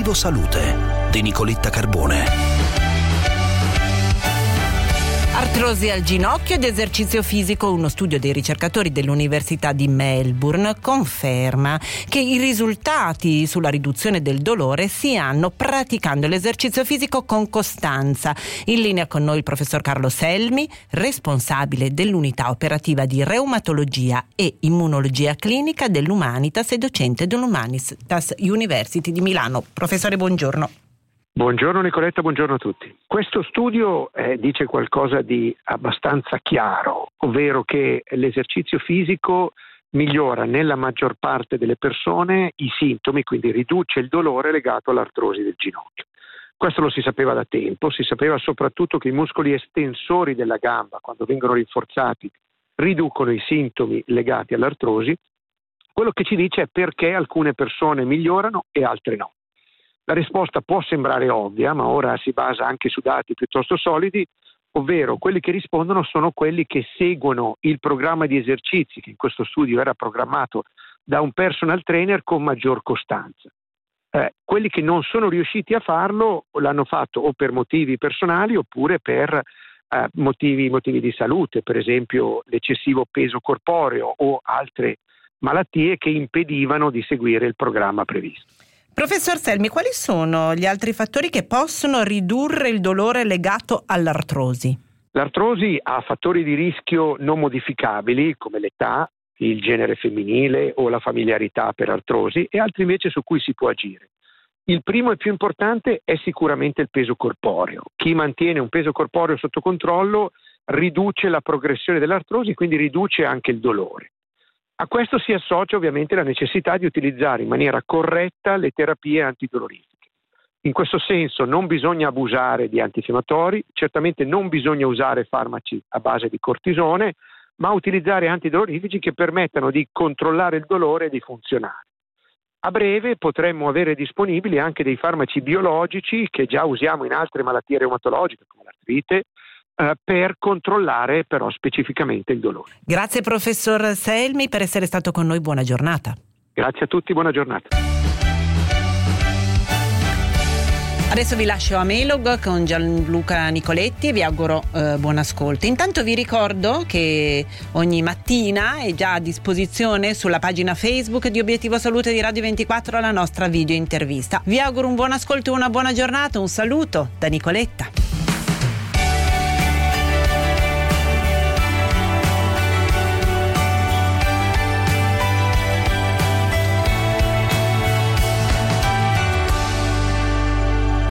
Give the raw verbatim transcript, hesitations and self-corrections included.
Obiettivo Salute di Nicoletta Carbone. Artrosi al ginocchio ed esercizio fisico. Uno studio dei ricercatori dell'Università di Melbourne conferma che i risultati sulla riduzione del dolore si hanno praticando l'esercizio fisico con costanza. In linea con noi il professor Carlo Selmi, responsabile dell'unità operativa di reumatologia e immunologia clinica dell'Humanitas e docente dell'Humanitas University di Milano. Professore, buongiorno. Buongiorno Nicoletta, buongiorno a tutti. Questo studio eh, dice qualcosa di abbastanza chiaro, ovvero che l'esercizio fisico migliora nella maggior parte delle persone i sintomi, quindi riduce il dolore legato all'artrosi del ginocchio. Questo lo si sapeva da tempo, si sapeva soprattutto che i muscoli estensori della gamba, quando vengono rinforzati, riducono i sintomi legati all'artrosi. Quello che ci dice è perché alcune persone migliorano e altre no. La risposta può sembrare ovvia, ma ora si basa anche su dati piuttosto solidi, ovvero quelli che rispondono sono quelli che seguono il programma di esercizi, che in questo studio era programmato da un personal trainer con maggior costanza. Eh, quelli che non sono riusciti a farlo l'hanno fatto o per motivi personali oppure per eh, motivi, motivi di salute, per esempio l'eccessivo peso corporeo o altre malattie che impedivano di seguire il programma previsto. Professor Selmi, quali sono gli altri fattori che possono ridurre il dolore legato all'artrosi? L'artrosi ha fattori di rischio non modificabili come l'età, il genere femminile o la familiarità per artrosi e altri invece su cui si può agire. Il primo e più importante è sicuramente il peso corporeo. Chi mantiene un peso corporeo sotto controllo riduce la progressione dell'artrosi, quindi riduce anche il dolore. A questo si associa ovviamente la necessità di utilizzare in maniera corretta le terapie antidolorifiche. In questo senso non bisogna abusare di antinfiammatori, certamente non bisogna usare farmaci a base di cortisone, ma utilizzare antidolorifici che permettano di controllare il dolore e di funzionare. A breve potremmo avere disponibili anche dei farmaci biologici che già usiamo in altre malattie reumatologiche come l'artrite, per controllare però specificamente il dolore. Grazie professor Selmi per essere stato con noi, buona giornata. Grazie a tutti, buona giornata. Adesso vi lascio a Melog con Gianluca Nicoletti e vi auguro eh, buon ascolto. Intanto vi ricordo che ogni mattina è già a disposizione sulla pagina Facebook di Obiettivo Salute di Radio ventiquattro la nostra video intervista. Vi auguro un buon ascolto e una buona giornata, un saluto da Nicoletta.